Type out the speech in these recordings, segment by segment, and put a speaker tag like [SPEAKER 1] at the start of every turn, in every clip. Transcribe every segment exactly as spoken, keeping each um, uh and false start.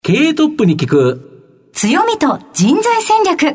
[SPEAKER 1] 経営トップに聞く
[SPEAKER 2] 強みと人材戦略。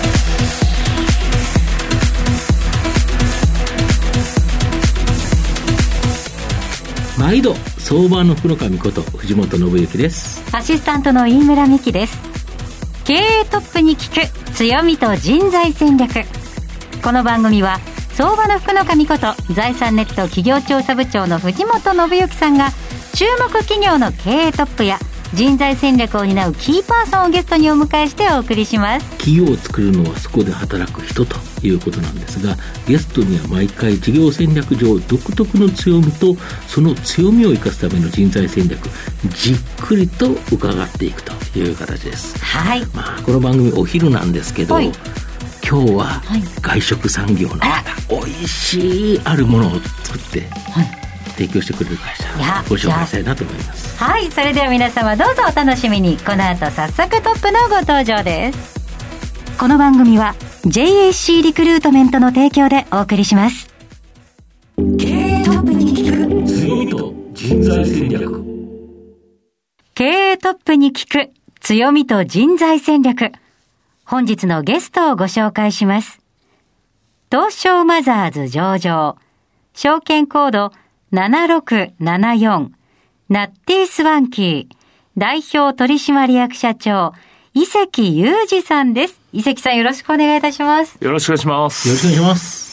[SPEAKER 1] 毎度相場の福の神こと藤本信之です。
[SPEAKER 2] アシスタントの飯村美希です。経営トップに聞く強みと人材戦略。この番組は相場の福の神こと財産ネット企業調査部長の藤本信之さんが注目企業の経営トップや人材戦略を担うキーパーソンをゲストにお迎えしてお送りします。
[SPEAKER 1] 企業を作るのはそこで働く人ということなんですが、ゲストには毎回事業戦略上独特の強みとその強みを生かすための人材戦略じっくりと伺っていくという形です。
[SPEAKER 2] はい、
[SPEAKER 1] まあ、この番組お昼なんですけど、はい、今日は外食産業のまた美味しいあるものを作って、はい、提供してくれる会社をご紹介したいなと思います。
[SPEAKER 2] はい、それでは皆様どうぞお楽しみに。この後早速トップのご登場です。この番組は ジェイエーシー リクルートメントの提供でお送りします。経営トップに聞く
[SPEAKER 1] 強みと人材戦略。
[SPEAKER 2] 経営トップに聞く強みと人材戦略。本日のゲストをご紹介します。東証マザーズ上場、証券コードななろくななよん、ナッティスワンキー、代表取締役社長、井関裕二さんです。井関さん、よろしくお願いいたします。
[SPEAKER 3] よろしくお願いします。
[SPEAKER 1] よろしくお願いします。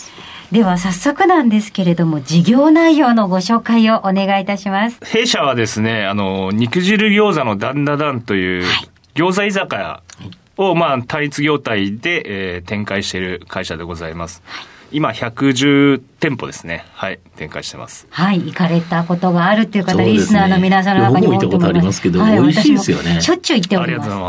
[SPEAKER 2] では早速なんですけれども、事業内容のご紹介をお願いいたします。
[SPEAKER 3] 弊社はですね、あの肉汁餃子のダンダダンという餃子居酒屋を、まあ、単一業態で、えー、展開している会社でございます。はい、今ひゃくじゅうてんぽですね。はい、展開してます。
[SPEAKER 2] はい、行かれたことがあるっていう方、リスナーの皆さんの中にも
[SPEAKER 1] 僕も行ったことありますけど、はい、美味しいですよね。
[SPEAKER 2] しょっちゅう行っております。
[SPEAKER 3] ありがとうございます。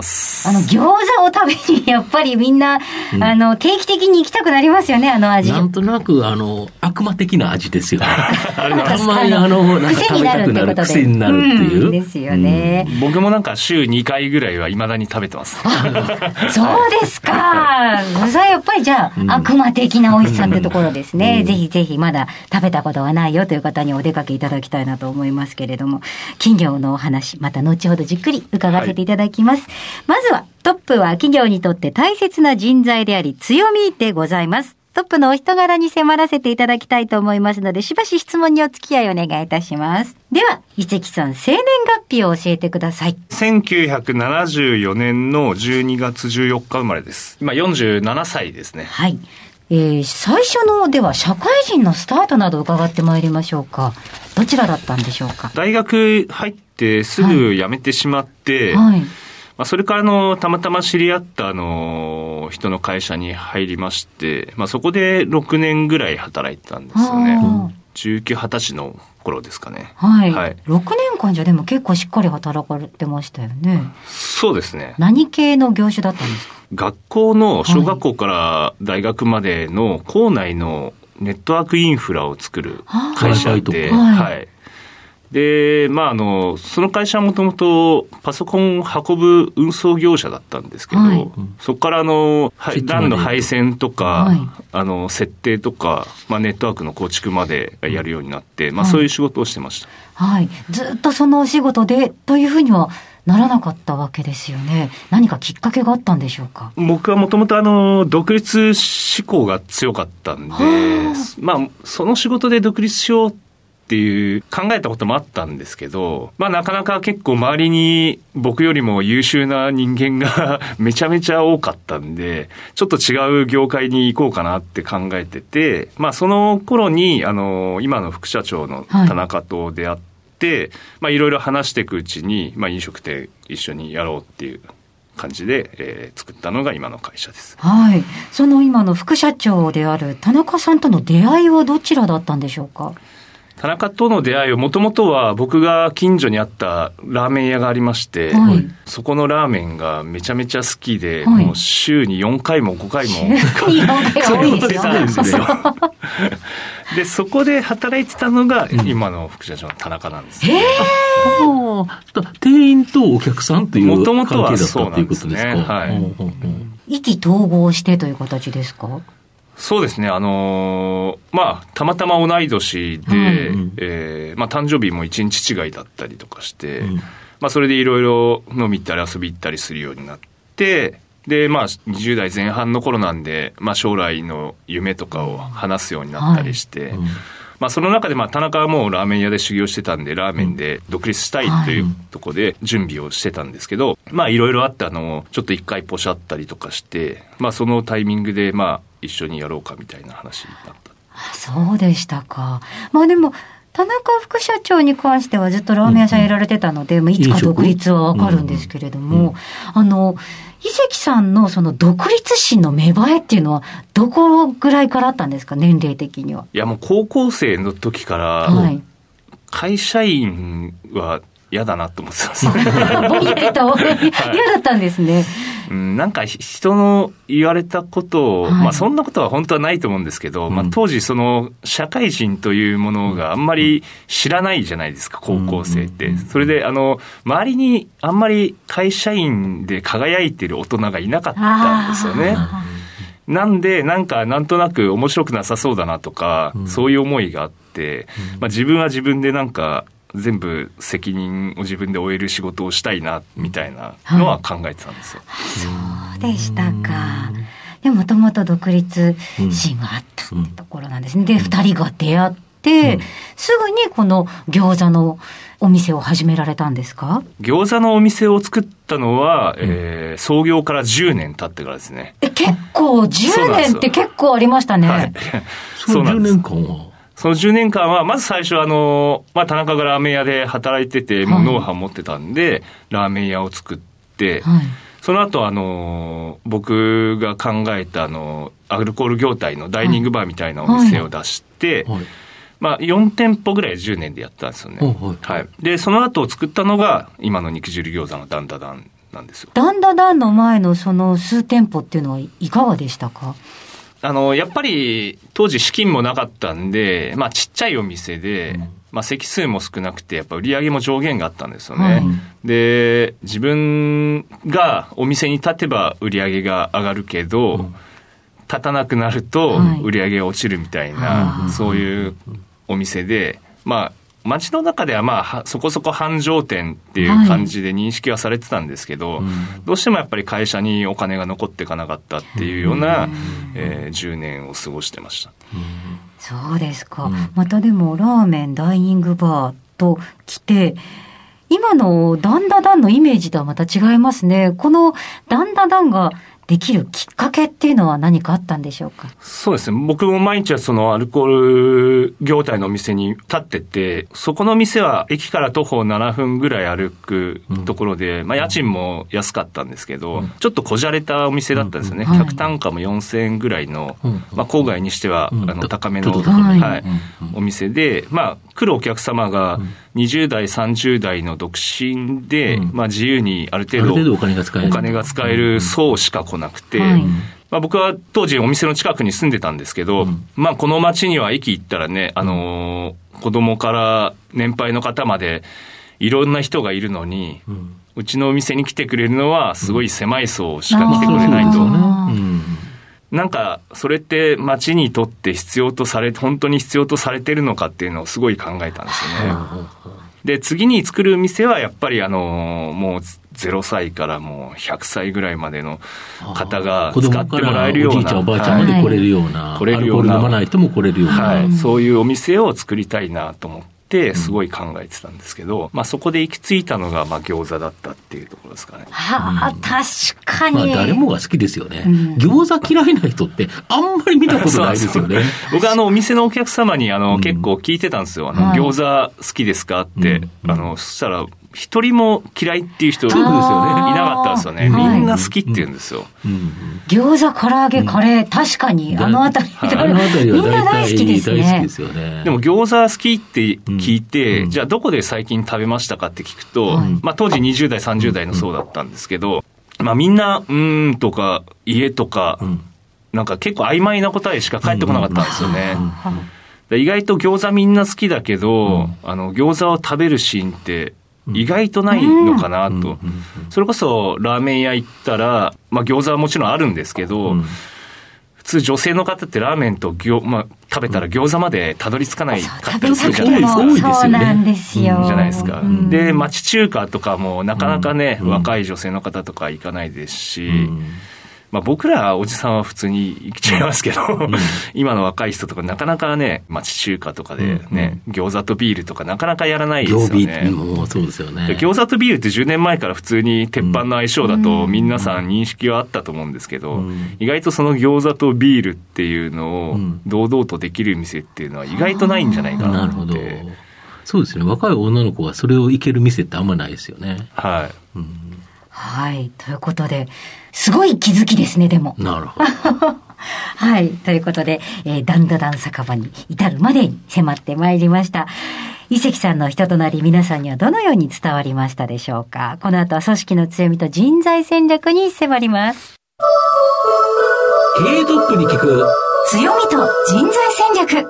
[SPEAKER 2] あの餃子を食べにやっぱりみんな、うん、あの定期的に行きたくなりますよね、あの味。
[SPEAKER 1] なんとなくあの悪魔的な味ですよね。
[SPEAKER 3] あ
[SPEAKER 1] んまりあのなんか食べたくなる癖になるっていう、
[SPEAKER 2] うん、ですよね、
[SPEAKER 3] うん。僕もなんか週にかいぐらいは未だに食べてます。
[SPEAKER 2] そうですか。それはやっぱりじゃあ、うん、悪魔的な美味しさってところですね。うん、ぜひぜひまだ食べたことがないよという方にお出かけいただきたいなと思いますけれども、企業のお話また後ほどじっくり伺わせていただきます。はい、まずはトップは企業にとって大切な人材であり強みでございます。トップのお人柄に迫らせていただきたいと思いますので、しばし質問にお付き合いお願いいたします。では井関さん、生年月日を教えてください。
[SPEAKER 3] せんきゅうひゃくななじゅうよねんのじゅうにがつじゅうよっか生まれです。今よんじゅうななさいですね。
[SPEAKER 2] はい、えー、最初のでは社会人のスタートなど伺ってまいりましょうか。どちらだったんでしょうか。
[SPEAKER 3] 大学入ってすぐ辞めてしまって、はいはい、まあ、それからのたまたま知り合ったあの人の会社に入りまして、まあ、そこでろくねんぐらい働いてたんですよね。じゅうきゅう、はたちの頃ですかね。
[SPEAKER 2] はい、はい、ろくねんかんじゃでも結構しっかり働かれてましたよね。
[SPEAKER 3] そうですね。
[SPEAKER 2] 何系の業種だったんですか。
[SPEAKER 3] 学校の小学校から大学までの校内のネットワークインフラを作る会社で、はいはい、で、まあ、あのその会社はもともとパソコンを運ぶ運送業者だったんですけど、はい、そこからあの ラン の配線とか、はい、あの設定とか、まあ、ネットワークの構築までやるようになって、まあ、そういう仕事をしてました。
[SPEAKER 2] はいはい、ずっとそのお仕事でというふうにはならなかったわけですよね。何かきっかけがあったんでしょうか。
[SPEAKER 3] 僕はもともとあの独立志向が強かったんで、まあ、その仕事で独立しようっていう考えたこともあったんですけど、まあなかなか結構周りに僕よりも優秀な人間がめちゃめちゃ多かったんで、ちょっと違う業界に行こうかなって考えてて、まあその頃にあの今の副社長の田中と出会って、はい、まあいろいろ話していくうちに、まあ飲食店一緒にやろうっていう感じで、えー、作ったのが今の会社です。
[SPEAKER 2] はい。その今の副社長である田中さんとの出会いはどちらだったんでしょうか。
[SPEAKER 3] 田中との出会いをもともとは僕が近所にあったラーメン屋がありまして、はい、そこのラーメンがめちゃめちゃ好きで、はい、もう週によんかいもごかいも
[SPEAKER 2] 週によんかいが多いですよ
[SPEAKER 3] たんですよでそこで働いてたのが今の副社長の田中なんです、ね、
[SPEAKER 2] へ
[SPEAKER 1] ー店員とお客さんという関係だったということですか。
[SPEAKER 3] はい、
[SPEAKER 2] 意気投合してという形ですか。
[SPEAKER 3] そうですね、あのー、まあたまたま同い年で、はい、えーまあ、誕生日もいちにち違いだったりとかして、うん、 まあ、それでいろいろ飲み行ったり遊び行ったりするようになって、で、まあ、にじゅう代前半の頃なんで、まあ、将来の夢とかを話すようになったりして、はい、うん、まあ、その中で、まあ、田中はもうラーメン屋で修行してたんで、ラーメンで独立したいというところで準備をしてたんですけど、まあ、いろいろあって、あの、ちょっと一回ポシャったりとかして、まあ、そのタイミングで、まあ、一緒にやろうかみたいな話になった。
[SPEAKER 2] あ、そうでしたか。まあ、でも、田中副社長に関してはずっとラーメン屋さんやられてたので、うんうん、いつか独立はわかるんですけれども、うんうん、あの、井関さんのその独立心の芽生えっていうのはどこぐらいからあったんですか、年齢的には。
[SPEAKER 3] いや、もう高校生の時から、はい、会社員は嫌だなと思ってたんですよ。
[SPEAKER 2] ボリッと嫌だったんですね。
[SPEAKER 3] うん、なんか人の言われたことを、はい、まあそんなことは本当はないと思うんですけど、うん、まあ当時その社会人というものがあんまり知らないじゃないですか、高校生って。それであの周りにあんまり会社員で輝いている大人がいなかったんですよね。なんでなんかなんとなく面白くなさそうだなとか、うん、そういう思いがあって、まあ自分は自分でなんか全部責任を自分で負える仕事をしたいなみたいなのは考えてたんですよ、
[SPEAKER 2] はい、そうでしたか。でもともと独立心があったってところなんですね。で、二人が出会って、うん、すぐにこの餃子のお店を始められたんですか？
[SPEAKER 3] 餃子のお店を作ったのは、うん、えー、創業からじゅうねん経ってからですね。
[SPEAKER 2] え、結構じゅうねんって結構ありましたね。はい、
[SPEAKER 1] そのじゅうねんかんは
[SPEAKER 3] そのじゅうねんかんは、まず最初あの、まあ、田中がラーメン屋で働いてて、もうノウハウ持ってたんで、はい、ラーメン屋を作って、はい、その後あの、僕が考えたあの、アルコール業態のダイニングバーみたいなお店を出して、はいはい、まあ、よん店舗ぐらいじゅうねんでやったんですよね。はいはい、で、その後作ったのが、今の肉汁餃子のダンダダンなんですよ。
[SPEAKER 2] ダンダダンの前のその数店舗っていうのはいかがでしたか？
[SPEAKER 3] あの、やっぱり当時資金もなかったんで、まあちっちゃいお店で、うん、まあ席数も少なくて、やっぱ売り上げも上限があったんですよね。はい、で、自分がお店に立てば売り上げが上がるけど、うん、立たなくなると売り上げが落ちるみたいな、はい、そういうお店で、まあ街の中ではまあそこそこ繁盛店っていう感じで認識はされてたんですけど、はい、どうしてもやっぱり会社にお金が残っていかなかったっていうような、うん、えー、じゅうねんを過ごしてました。
[SPEAKER 2] うん、そうですか、うん、またでもラーメンダイニングバーと来て、今のダンダダンのイメージとはまた違いますね。このダンダダンができるきっかけっていうのは何かあったんでしょうか？
[SPEAKER 3] そうですね。僕も毎日はそのアルコール業態のお店に立ってて、そこの店は駅から徒歩ななふんぐらい歩くところで、うん、まあ家賃も安かったんですけど、うん、ちょっとこじゃれたお店だったんですよね。うん、客単価もよんせんえんぐらいの、うん、まあ郊外にしては、うん、あの高めの、はいはい、お店で、まあ来るお客様がにじゅう代さんじゅう代の独身で、うん、まあ自由にある程度、
[SPEAKER 1] ある程度お金が使える、
[SPEAKER 3] お金が使える層しか来なくて、はい、まあ、僕は当時お店の近くに住んでたんですけど、うん、まあこの町には駅行ったらね、あのー、子供から年配の方までいろんな人がいるのに、うん、うちのお店に来てくれるのはすごい狭い層しか来てくれないと。なんかそれって町にとって必要とされ本当に必要とされてるのかっていうのをすごい考えたんですよね。で次に作る店はやっぱりあのもうゼロさいからもうひゃくさいぐらいまでの方が使ってもらえるような、おじいちゃんおばあちゃんまで来れるような、はい、来れるような、アルコール飲まない人も来れるような、はい、そういうお店を作りたいなと思ってってすごい考えてたんですけど、うん、まあそこで行き着いたのがまあ餃子だったっていうところですかね。
[SPEAKER 2] はあ、うん、確かに。
[SPEAKER 1] まあ誰もが好きですよね。うん、餃子嫌いな人ってあんまり見たことないですよね。
[SPEAKER 3] 僕あのお店のお客様にあの、うん、結構聞いてたんですよ。あの、はい、餃子好きですかって、うん、あのそしたら一人も嫌いっていう人いなかったんですよね。みんな好きって言うんですよ。
[SPEAKER 2] うんうん、餃子、唐揚げ、カレー、確かにあのあたり、
[SPEAKER 1] あのあたりはみんな大好きですね。大好きですよね。
[SPEAKER 3] でも餃子好きって聞いて、うん、じゃあどこで最近食べましたかって聞くと、うん、まあ当時にじゅう代さんじゅう代の層だったんですけど、まあみんなうーんとか家とか、うん、なんか結構曖昧な答えしか返ってこなかったんですよね。意外と餃子みんな好きだけど、うん、あの餃子を食べるシーンって意外とないのかなと、うん、それこそラーメン屋行ったら、まあ、餃子はもちろんあるんですけど、うん、普通女性の方ってラーメンと餃、まあ、食べたら餃子までたどり着かないかったりするじゃないですか。
[SPEAKER 2] そうなんですよ。
[SPEAKER 3] じゃないですか。うん、で、町中華とかもなかなかね、うん、若い女性の方とか行かないですし、うんまあ、僕らおじさんは普通に行っちゃいますけど、うん、今の若い人とかなかなかね町中華とかでね、うん、餃子とビールとかなかなかやらないですよね。
[SPEAKER 1] 餃ビもそうですよね。
[SPEAKER 3] 餃子とビールってじゅうねんまえから普通に鉄板の相性だと皆さん認識はあったと思うんですけど、うん、意外とその餃子とビールっていうのを堂々とできる店っていうのは意外とないんじゃないかなって。なるほど。
[SPEAKER 1] そうですね。若い女の子がそれをいける店ってあんまないですよね。
[SPEAKER 3] はい、
[SPEAKER 1] うん、
[SPEAKER 2] はいということですごい気づきですね。でも
[SPEAKER 1] なるほど
[SPEAKER 2] はいということで、えー、ダンダダン酒場に至るまでに迫ってまいりました。井関さんの人となり皆さんにはどのように伝わりましたでしょうか。この後は組織の強みと人材戦略に迫ります。
[SPEAKER 1] 経営トップに聞く
[SPEAKER 2] 強みと人材戦略。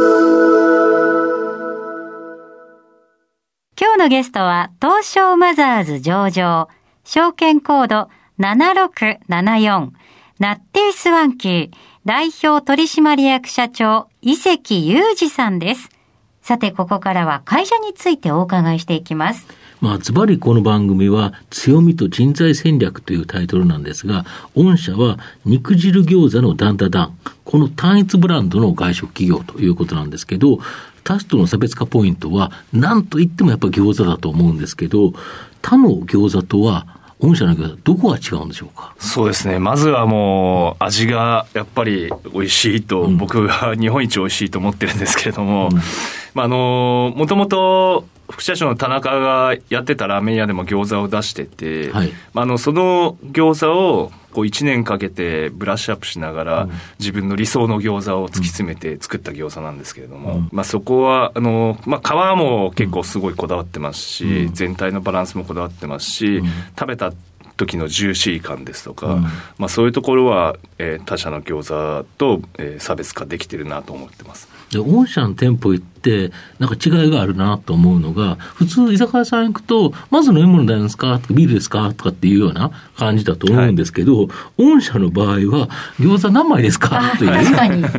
[SPEAKER 2] 今日のゲストは東証マザーズ上場証券コードななろくななよんナッティスワンキー代表取締役社長井関裕二さんです。さてここからは会社についてお伺いしていきます。
[SPEAKER 1] まあズバリこの番組は強みと人材戦略というタイトルなんですが、御社は肉汁餃子のダンダダン、この単一ブランドの外食企業ということなんですけど、他社との差別化ポイントは何と言ってもやっぱり餃子だと思うんですけど、他の餃子とは御社の餃子どこが違うんでしょうか。
[SPEAKER 3] そうですね、まずはもう味がやっぱり美味しいと、うん、僕が日本一美味しいと思ってるんですけれども、うんまあ、あのもともと副社長の田中がやってたラーメン屋でも餃子を出してて、はいまあ、あのその餃子をこういちねんかけてブラッシュアップしながら、うん、自分の理想の餃子を突き詰めて作った餃子なんですけれども、うんまあ、そこはあの、まあ、皮も結構すごいこだわってますし、うん、全体のバランスもこだわってますし、うん、食べた時のジューシー感ですとか、うんまあ、そういうところは、えー、他社の餃子と、えー、差別化できてるなと思ってます。
[SPEAKER 1] で御社の店舗行ってなんか違いがあるなと思うのが、普通居酒屋さん行くとまず飲み物なんですかとかビールですかとかっていうような感じだと思うんですけど、はい、御社の場合は餃子何枚ですかという
[SPEAKER 2] 確かに、はい、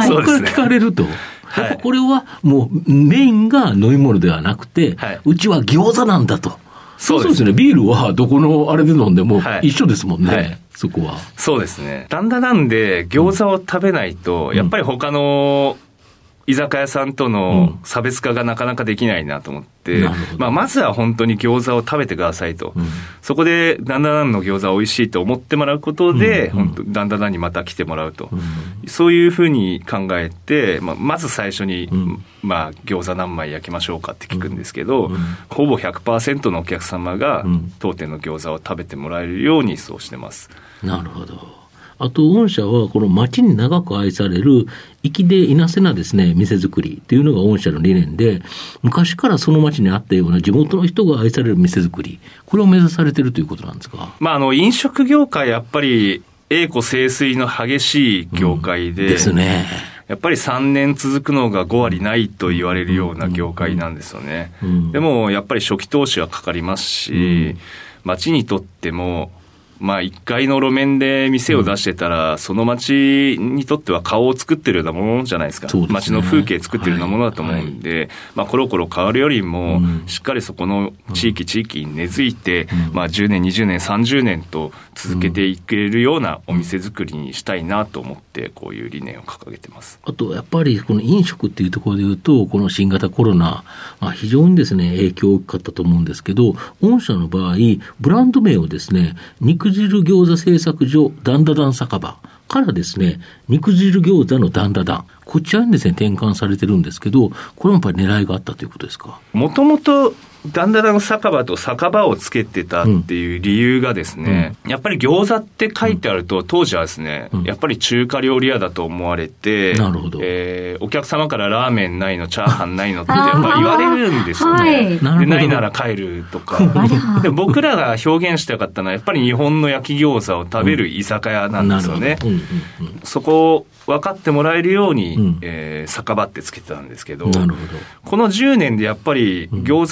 [SPEAKER 1] そこから聞かれると、はい、やっぱこれはもうメインが飲み物ではなくて、はい、うちは餃子なんだと。そうですね。ビールはどこのあれで飲んでも一緒ですもんね。はいはい、そこは。
[SPEAKER 3] そうですね。だんだんなんで餃子を食べないと、うん、やっぱり他の居酒屋さんとの差別化がなかなかできないなと思って、うんまあ、まずは本当に餃子を食べてくださいと、うん、そこでだんだんの餃子美味しいと思ってもらうことで、うんうん、本当だんだんにまた来てもらうと、うん、そういうふうに考えて、まあ、まず最初に、うんまあ、餃子何枚焼きましょうかって聞くんですけど、うんうん、ほぼ ひゃくパーセント のお客様が当店の餃子を食べてもらえるようにそうしてます。
[SPEAKER 1] なるほど。あと御社はこの町に長く愛される粋でいなせなですね店作りというのが御社の理念で、昔からその町にあったような地元の人が愛される店作り、これを目指されているということなんですか。
[SPEAKER 3] まあ、あの飲食業界やっぱり栄枯盛衰の激しい業界で、うん、ですね。やっぱりさんねん続くのがごわりないと言われるような業界なんですよね、うんうん、でもやっぱり初期投資はかかりますし、うん、町にとってもまあ、いっかいの路面で店を出してたら、うん、その町にとっては顔を作ってるようなものじゃないですか。そうですね、町の風景作ってるようなものだと思うんで、はいはい、まあ、コロコロ変わるよりも、うん、しっかりそこの地域、うん、地域に根付いて、うんまあ、じゅうねんにじゅうねんさんじゅうねんと続けていけるようなお店作りにしたいなと思ってこういう理念を掲げてます。
[SPEAKER 1] あとやっぱりこの飲食っていうところでいうと、この新型コロナ、まあ、非常にですね影響大きかったと思うんですけど、御社の場合ブランド名をですね肉汁餃子製作所ダンダダン酒場からですね肉汁餃子のダンダダン、こちらにですね転換されてるんですけど、これもやっぱり狙いがあったということですか。
[SPEAKER 3] もともとダンダダン酒場と酒場をつけてたっていう理由がですね、うん、やっぱり餃子って書いてあると、当時はですね、うん、やっぱり中華料理屋だと思われて、なるほど、えー、お客様からラーメンないのチャーハンないのってやっぱり言われるんですよね、はい、でないなら帰るとかで僕らが表現したかったのはやっぱり日本の焼き餃子を食べる居酒屋なんですよね、うんうんうんうん、そこを分かってもらえるように、うんえー、酒場ってつけてたんですけど、なるほど、このじゅうねんでやっぱり餃子居酒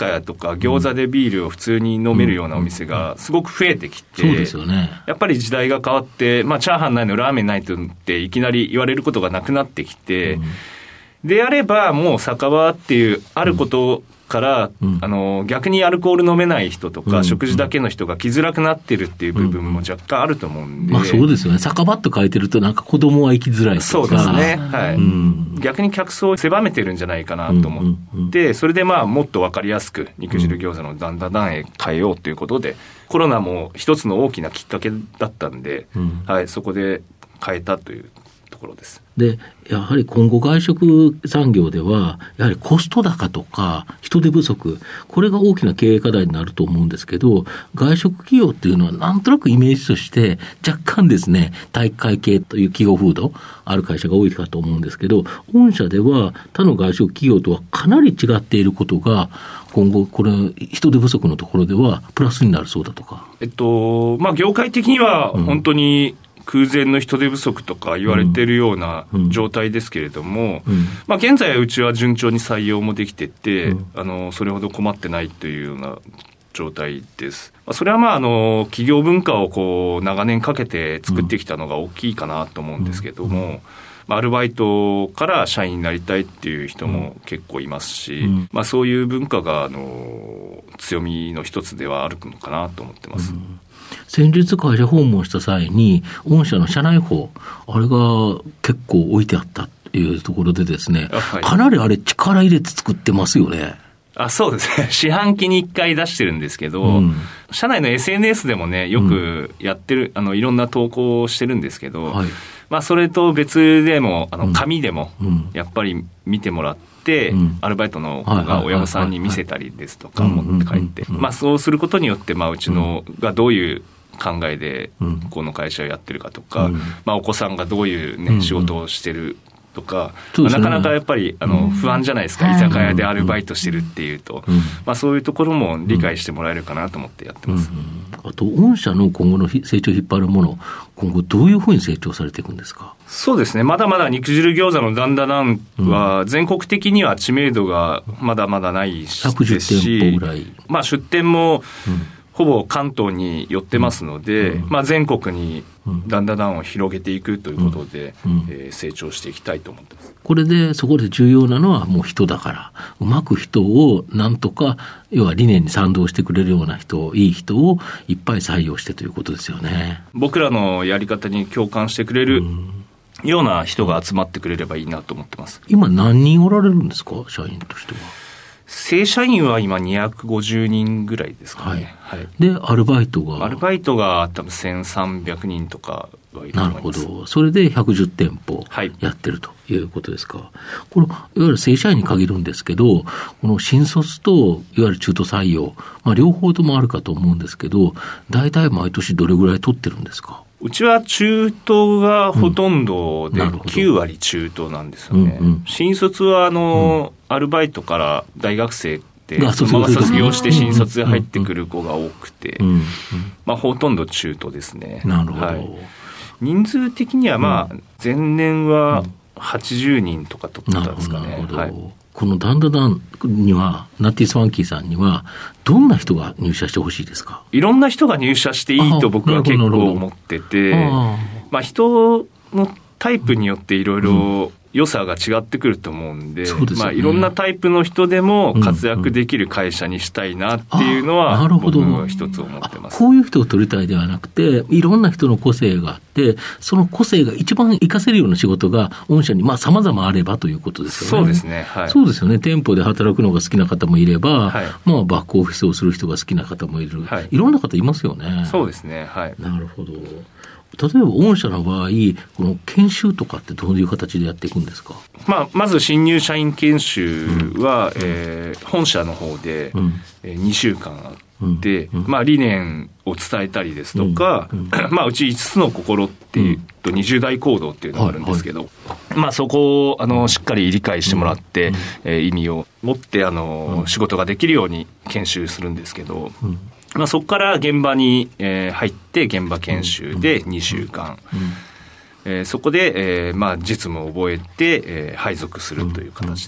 [SPEAKER 3] 屋とか餃子でビールを普通に飲めるようなお店がすごく増えてきて、
[SPEAKER 1] そうですよね。
[SPEAKER 3] やっぱり時代が変わって、まあ、チャーハンないのラーメンないとっていきなり言われることがなくなってきて、うん、であればもう酒場っていうあることから、うん、あの逆にアルコール飲めない人とか、うん、食事だけの人が来づらくなってるっていう部分も若干あると思うんで、
[SPEAKER 1] まあ、そうですよね。酒場と書いてるとなんか子供は行きづらいとか、
[SPEAKER 3] そうですね、はい、うん、逆に客層を狭めてるんじゃないかなと思って、うんうんうん、それでまあもっと分かりやすく肉汁餃子のダンダダンへ変えようということで、コロナも一つの大きなきっかけだったんで、うん、はい、そこで変えたというところです。
[SPEAKER 1] でやはり今後外食産業ではやはりコスト高とか人手不足、これが大きな経営課題になると思うんですけど、外食企業っていうのはなんとなくイメージとして若干ですね、体育会系という企業風土ある会社が多いかと思うんですけど、御社では他の外食企業とはかなり違っていることが今後これ人手不足のところではプラスになるそうだとか。
[SPEAKER 3] えっとまあ業界的には本当に、うん空前の人手不足とか言われているような状態ですけれども、うんうん、まあ、現在はうちは順調に採用もできてて、うん、あのそれほど困ってないというような状態です。それはまああの企業文化をこう長年かけて作ってきたのが大きいかなと思うんですけども、うんうん、まあ、アルバイトから社員になりたいっていう人も結構いますし、うん、まあ、そういう文化があの強みの一つではあるのかなと思ってます。うん、
[SPEAKER 1] 先日会社訪問した際に御社の社内法あれが結構置いてあったというところでですね、はい、かなりあれ力入れて作ってますよね。
[SPEAKER 3] あ、そうですね。四半期にいっかい出してるんですけど、うん、社内の エスエヌエス でもねよくやってる、うん、あのいろんな投稿をしてるんですけど、はい、まあ、それと別でもあの紙でもやっぱり見てもらって、うん、アルバイトの子が親御さんに見せたりですとか持って帰って、まあ、そうすることによって、まあ、うちのがどういう考えでこの会社をやってるかとか、うん、まあ、お子さんがどういう、ね、うん、仕事をしてるとか、うん、まあ、なかなかやっぱりあの不安じゃないですか、うん、居酒屋でアルバイトしてるっていうと、うん、まあ、そういうところも理解してもらえるかなと思ってやってます。
[SPEAKER 1] うん、あと御社の今後の成長を引っ張るもの、今後どういうふうに成長されていくんですか。
[SPEAKER 3] そうですね、まだまだ肉汁餃子のダンダダンは全国的には知名度がまだまだないですし、
[SPEAKER 1] ひゃくじゅってんぽぐらい、
[SPEAKER 3] まあ、出店も、うん、ほぼ関東に寄ってますので、うん、まあ、全国にだんだんだんを広げていくということで、うんうん、えー、成長していきたいと思ってます。
[SPEAKER 1] これでそこで重要なのはもう人だから、うまく人をなんとか、要は理念に賛同してくれるような人、いい人をいっぱい採用してということですよね。
[SPEAKER 3] 僕らのやり方に共感してくれるような人が集まってくれればいいなと思ってます。
[SPEAKER 1] 今何人おられるんですか、社員としては。
[SPEAKER 3] 正社員は今にひゃくごじゅうにんぐらいですかね。はいはい、
[SPEAKER 1] でアルバイトが
[SPEAKER 3] アルバイトが多分せんさんびゃくにんとかはいると思います。
[SPEAKER 1] なるほど。それでひゃくじゅってんぽやってるということですか。はい、このいわゆる正社員に限るんですけど、この新卒といわゆる中途採用、まあ、両方ともあるかと思うんですけど、大体毎年どれぐらい取ってるんですか。
[SPEAKER 3] うちは中途がほとんどで、きゅうわり中途なんですよね。うんうん、新卒はあの、うん、アルバイトから大学生でそのまま卒業して新卒で入ってくる子が多くて、うんうん、まあ、ほとんど中途ですね。
[SPEAKER 1] なるほど。はい、
[SPEAKER 3] 人数的にはまあ、うん、前年ははちじゅうにんとか取ってたんですかね。はい、
[SPEAKER 1] このダンダダンにはナッティスファンキーさんにはどんな人が入社してほしいですか。
[SPEAKER 3] いろんな人が入社していいと僕は結構思ってて、あ、まあ、人のタイプによっていろいろ良さが違ってくると思うんで、うんでね、まあ、いろんなタイプの人でも活躍できる会社にしたいなっていうのは、うんうん、僕は一つ思ってます。
[SPEAKER 1] こういう人を取りたいではなくて、いろんな人の個性があって、その個性が一番活かせるような仕事が御社にまあ様々あればということですよね。
[SPEAKER 3] そうですね、はい、
[SPEAKER 1] そうですよね。店舗で働くのが好きな方もいれば、はい、まあ、バックオフィスをする人が好きな方もいる、はい、いろんな方いますよね。
[SPEAKER 3] そうですね、はい、
[SPEAKER 1] なるほど。例えば御社の場合、この研修とかってどういう形でやっていくんですか。
[SPEAKER 3] まあ、まず新入社員研修は、うん、えー、本社の方で、うん、えー、にしゅうかんあって、うん、まあ、理念を伝えたりですとか、うんうん、まあ、うちいつつの心っていうとにじゅう代行動っていうのがあるんですけど、はいはい、まあ、そこをあのしっかり理解してもらって、うん、えー、意味を持ってあの、うん、仕事ができるように研修するんですけど、うん、まあ、そこから現場に、えー、入って現場研修でにしゅうかん、うんうん、えー、そこで、えーまあ、実務を覚えて、えー、配属するという形ですね。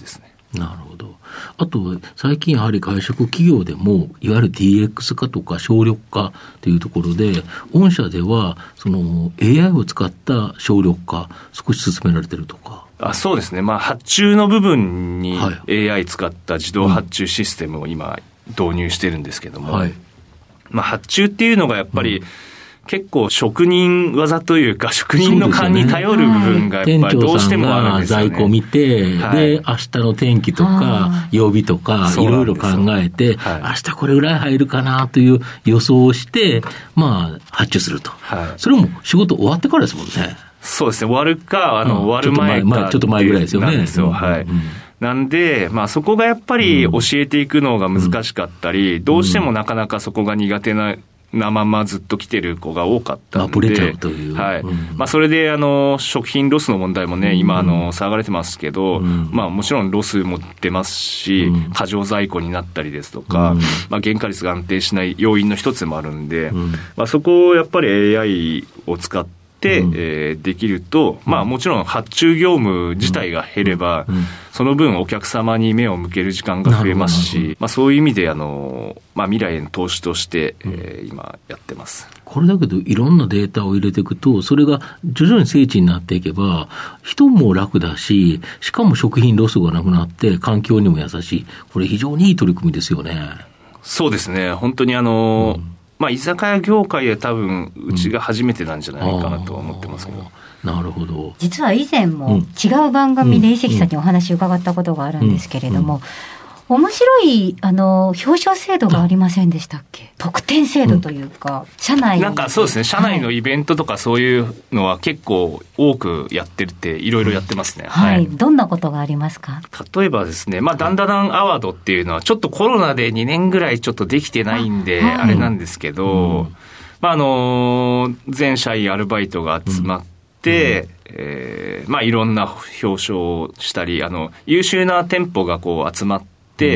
[SPEAKER 1] なるほど。あと最近やはり外食企業でもいわゆる ディーエックス 化とか省力化というところで、御社ではその エーアイ を使った省力化少し進められてるとか。
[SPEAKER 3] あ、そうですね、まあ、発注の部分に エーアイ 使った自動発注システムを今導入してるんですけども、はい、まあ、発注っていうのがやっぱり、うん、結構職人技というか職人の勘に頼る部分がやっぱりどうしてもあるんですよね。
[SPEAKER 1] 店長さんが在庫を見て、はい、で明日の天気とか曜日とかいろいろ考えて、はい、明日これぐらい入るかなという予想をして、まあ、発注すると、はい、それも仕事終わってからですもんね。
[SPEAKER 3] そうですね、終わるかあの、うん、終わる前か
[SPEAKER 1] ちょっと前ぐらいですよね。
[SPEAKER 3] なんですよ、はい、うん、なんで、まあ、そこがやっぱり教えていくのが難しかったり、うん、どうしてもなかなかそこが苦手ななままずっと来てる子が多かったんで、
[SPEAKER 1] ブレちゃうという、
[SPEAKER 3] はい、うん、まあ、それであの食品ロスの問題もね、今あの騒がれてますけど、うん、まあ、もちろんロスも出ますし、うん、過剰在庫になったりですとか、うん、まあ、原価率が安定しない要因の一つでもあるんで、うん、まあ、そこをやっぱり エーアイ を使ってで、うんえー、できると、まあ、もちろん発注業務自体が減れば、うんうん、その分お客様に目を向ける時間が増えますし、まあ、そういう意味であの、まあ、未来への投資として、えー、今やってます。
[SPEAKER 1] これだけどいろんなデータを入れていくと、それが徐々に精緻になっていけば人も楽だし、しかも食品ロスがなくなって環境にも優しい。これ非常にいい取り組みですよね。
[SPEAKER 3] そうですね、本当にあの、うんまあ、居酒屋業界で多分うちが初めてなんじゃないかなとは思ってますけど、
[SPEAKER 1] うん、なるほど。
[SPEAKER 2] 実は以前も違う番組で伊関さんにお話を伺ったことがあるんですけれども、うんうんうん、面白いあの表彰制度がありませんでしたっけ？特典制度というか、うん、社内
[SPEAKER 3] なんかそうですね、社内のイベントとかそういうのは結構多くやってるっていろいろやってますね、
[SPEAKER 2] はい、はい、どんなことがありますか？
[SPEAKER 3] 例えばですね、まあ、ダンダダンアワードっていうのはちょっとコロナでにねんぐらいちょっとできてないんで あ,、はい、あれなんですけど、うんまあ、あの全社員アルバイトが集まって、うんえーまあ、いろんな表彰をしたり、あの優秀な店舗がこう集まって、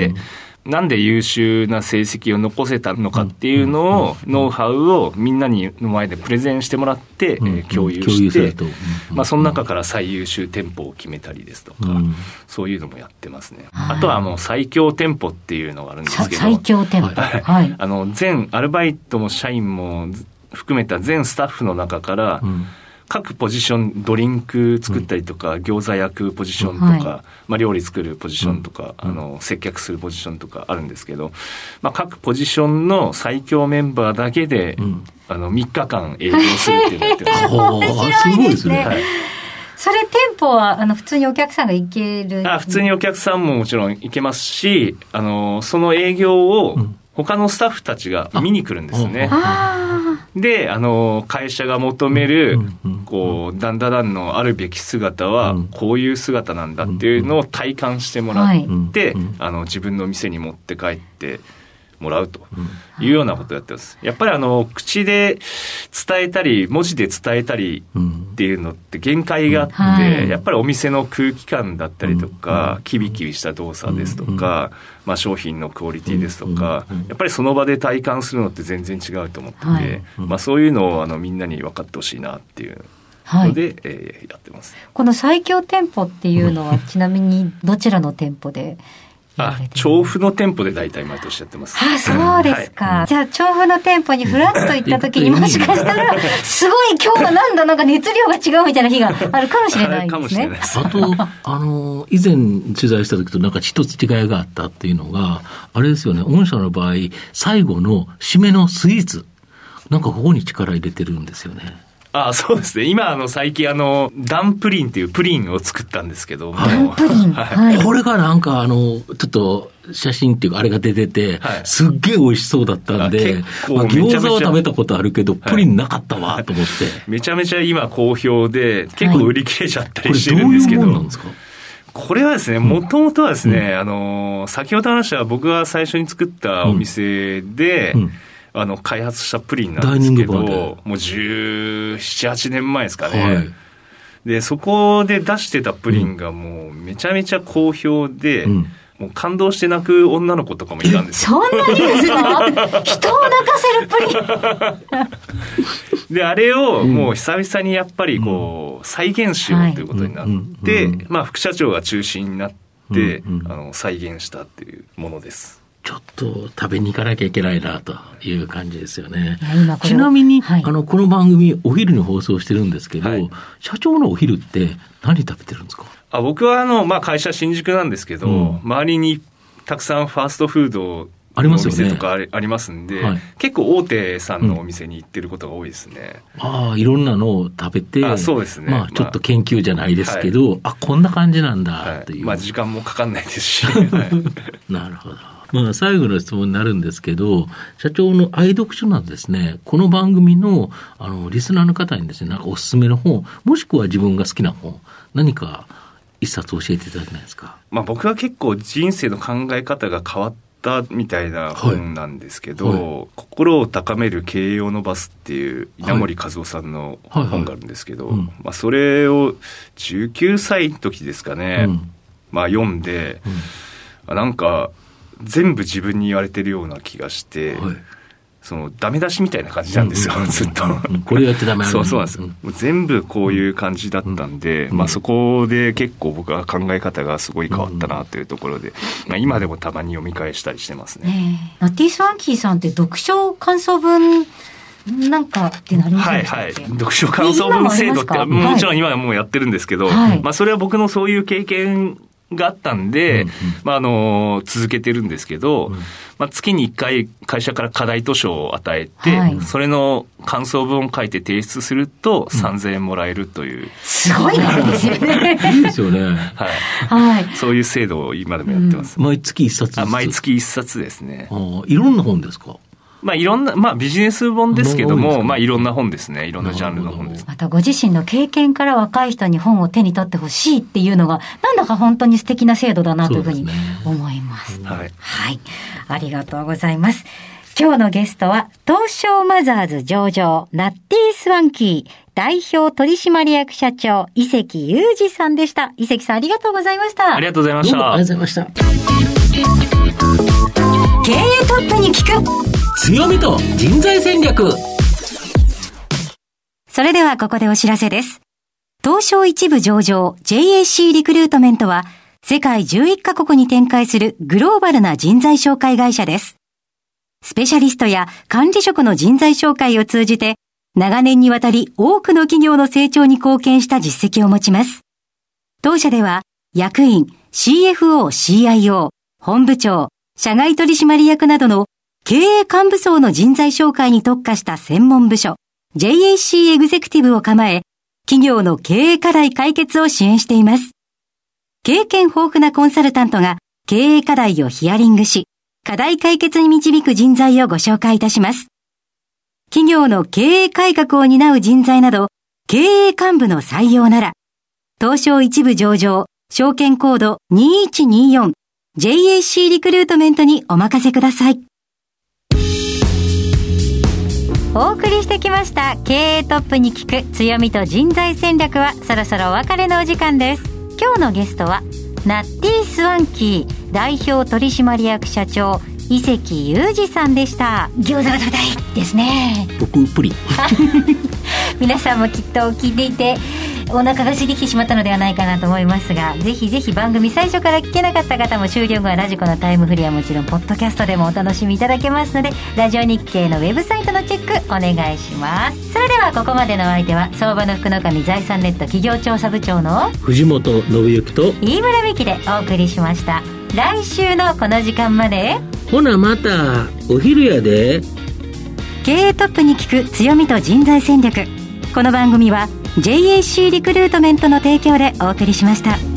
[SPEAKER 3] うんなんで優秀な成績を残せたのかっていうのを、ノウハウをみんなにの前でプレゼンしてもらって、えー、共有して、まあ、その中から最優秀店舗を決めたりですとか、そういうのもやってますね。あとはもう最強店舗っていうのがあるんですけど、
[SPEAKER 2] 最強店舗、はい、
[SPEAKER 3] あの全アルバイトも社員も含めた全スタッフの中から、うん各ポジションドリンク作ったりとか、うん、餃子焼くポジションとか、はいまあ、料理作るポジションとか、うん、あの接客するポジションとかあるんですけど、まあ、各ポジションの最強メンバーだけで、うん、あのみっかかん営業するっていうのをやってます。
[SPEAKER 2] 面白いですね、はい、それ店舗はあの普通にお客さんが行ける？
[SPEAKER 3] あ普通にお客さんももちろん行けますし、あのその営業を他のスタッフたちが見に来るんですね。で、あの会社が求めるこうダンダダンのあるべき姿はこういう姿なんだっていうのを体感してもらって、はい、あの自分の店に持って帰ってもらうというようなことをやってます。やっぱりあの口で伝えたり文字で伝えたりっていうのって限界があって、うんはい、やっぱりお店の空気感だったりとか、うん、キビキビした動作ですとか、うんまあ、商品のクオリティですとか、うん、やっぱりその場で体感するのって全然違うと思ってて、はいまあ、そういうのをあのみんなに分かってほしいなっていうので、はいえー、やってます。
[SPEAKER 2] この最強店舗っていうのはちなみにどちらの店舗で
[SPEAKER 3] あ、調布の店舗で大体毎年やってます。
[SPEAKER 2] あ、そうですか。はい、じゃあ調布の店舗にフラッと行った時にもしかしたらすごい今日はなんだなんか熱量が違うみたいな日があるかもしれないですね。
[SPEAKER 1] あとあの以前取材した時となんか一つ違いがあったっていうのがあれですよね。御社の場合最後の締めのスイーツなんかここに力入れてるんですよね。
[SPEAKER 3] ああそうですね。今あの最近あのダンプリンっていうプリンを作ったんですけど、
[SPEAKER 2] ダンプリン、はい、
[SPEAKER 1] これがなんかあのちょっと写真っていうかあれが出てて、はい、すっげえ美味しそうだったんで、まあ、餃子は食べたことあるけどプリンなかったわと思って、はい、
[SPEAKER 3] めちゃめちゃ今好評で結構売り切れちゃったりしてるんですけど、はい、これどういうものなんですか？これはですね、もともとはですね、うん、あの先ほど話した僕が最初に作ったお店で、うんうんあの開発したプリンなんですけど、もうじゅうなな、はちねんまえですかね、はい、でそこで出してたプリンがもうめちゃめちゃ好評で、うん、もう感動して泣く女の子とかもいたんですよ。
[SPEAKER 2] そんなにですか？人を泣かせるプ
[SPEAKER 3] リンであれをもう久々にやっぱりこう再現しようということになって、うんまあ、副社長が中心になって 、
[SPEAKER 1] うんうん、
[SPEAKER 3] あの再現したっていうものです。
[SPEAKER 1] ちょっと食べに行かなきゃいけないなという感じですよね。ちなみに、はい、あのこの番組お昼に放送してるんですけど、はい、社長のお昼って何食べてるんですか？
[SPEAKER 3] あ、僕はあの、まあ、会社新宿なんですけど、うん、周りにたくさんファーストフード
[SPEAKER 1] ありますよね。
[SPEAKER 3] お店とかありますんで、はい、結構大手さんのお店に行ってることが多いですね。
[SPEAKER 1] うん、ああ、いろんなのを食べて、
[SPEAKER 3] あ、そうですね。
[SPEAKER 1] まあ、ちょっと研究じゃないですけど、はい、あ、こんな感じなんだっていう。はい、
[SPEAKER 3] まあ、時間もかかんないですし。はい、
[SPEAKER 1] なるほど。まあ、最後の質問になるんですけど、社長の愛読書なんですね、この番組の、あの、リスナーの方にですね、なんかおすすめの本、もしくは自分が好きな本、何か一冊教えていただけないですか？
[SPEAKER 3] まあ、僕は結構人生の考え方が変わってみたいな本なんですけど、はいはい、心を高める経営用のバスっていう稲森和夫さんの本があるんですけど、はいはいはい、まあ、それをじゅうきゅうさいの時ですかね、うん、まあ、読んで、うん、なんか全部自分に言われてるような気がして、はい、そのダメ出しみたいな感じなんですよ、うんうんうん、ずっと
[SPEAKER 1] これやってダメなの
[SPEAKER 3] そうそうなんですよ、うん、全部こういう感じだったんで、うんまあ、そこで結構僕は考え方がすごい変わったなというところで、まあ、今でもたまに読み返したりしてますね。
[SPEAKER 2] ナッティ・スワンキーさんって読書感想文なんかってなりますか？
[SPEAKER 3] はいはい、読書感想文制度ってもちろん今はもうやってるんですけど、はい、まあ、それは僕のそういう経験があったんで、うんうん、まあ、あの続けてるんですけど、うん、まあ、月にいっかい会社から課題図書を与えて、はい、それの感想文を書いて提出するとさんぜんえんもらえるという、うん、
[SPEAKER 2] すごい額ですよね
[SPEAKER 1] いいですよね、
[SPEAKER 3] はいはい、そういう制度を今でもやってます、
[SPEAKER 1] うん、毎月一冊です。
[SPEAKER 3] あ、毎月一冊ですね。
[SPEAKER 1] あ、いろんな本ですか？
[SPEAKER 3] まあ、いろんな、まあ、ビジネス本ですけども、まあ、いろんな本ですね。いろんなジャンルの本です。
[SPEAKER 2] またご自身の経験から若い人に本を手に取ってほしいっていうのが、なんだか本当に素敵な制度だなというふうに思います。
[SPEAKER 3] はい。
[SPEAKER 2] はい。ありがとうございます。今日のゲストは、東証マザーズ上場、ナッティ・スワンキー、代表取締役社長、井関裕二さんでした。井関さん、ありがとうございました。
[SPEAKER 3] ありがとうございました。
[SPEAKER 1] ありがとうございました。
[SPEAKER 2] 経営トップに聞く。
[SPEAKER 1] 強みと人材戦略。
[SPEAKER 2] それではここでお知らせです。東証一部上場 ジェイエーシー リクルートメントは世界じゅういっカ国に展開するグローバルな人材紹介会社です。スペシャリストや管理職の人材紹介を通じて長年にわたり多くの企業の成長に貢献した実績を持ちます。当社では役員、シーエフオー、シーアイオー、本部長、社外取締役などの経営幹部層の人材紹介に特化した専門部署 ジェイエーシー エグゼクティブを構え、企業の経営課題解決を支援しています。経験豊富なコンサルタントが経営課題をヒアリングし、課題解決に導く人材をご紹介いたします。企業の経営改革を担う人材など、経営幹部の採用なら、東証一部上場、証券コードにいちによん、ジェイエーシー リクルートメントにお任せください。お送りしてきました経営トップに聞く強みと人材戦略はそろそろお別れのお時間です。今日のゲストはナッティ・スワンキー代表取締役社長井関裕二さんでした。餃子が食べたいですね。
[SPEAKER 1] 僕プリン
[SPEAKER 2] 皆さんもきっと聞いていてお腹が空いてきてしまったのではないかなと思いますが、ぜひぜひ番組最初から聞けなかった方も終了後はラジコのタイムフリーはもちろんポッドキャストでもお楽しみいただけますので、ラジオ日経のウェブサイトのチェックお願いします。それではここまでのお相手は相場の福の神財産ネット企業調査部長の
[SPEAKER 1] 藤本信之と
[SPEAKER 2] 飯村美希でお送りしました。来週のこの時間まで
[SPEAKER 1] ほなまたお昼やで。
[SPEAKER 2] 経営トップに聞く強みと人材戦略。この番組は ジェイエーシー リクルートメントの提供でお送りしました。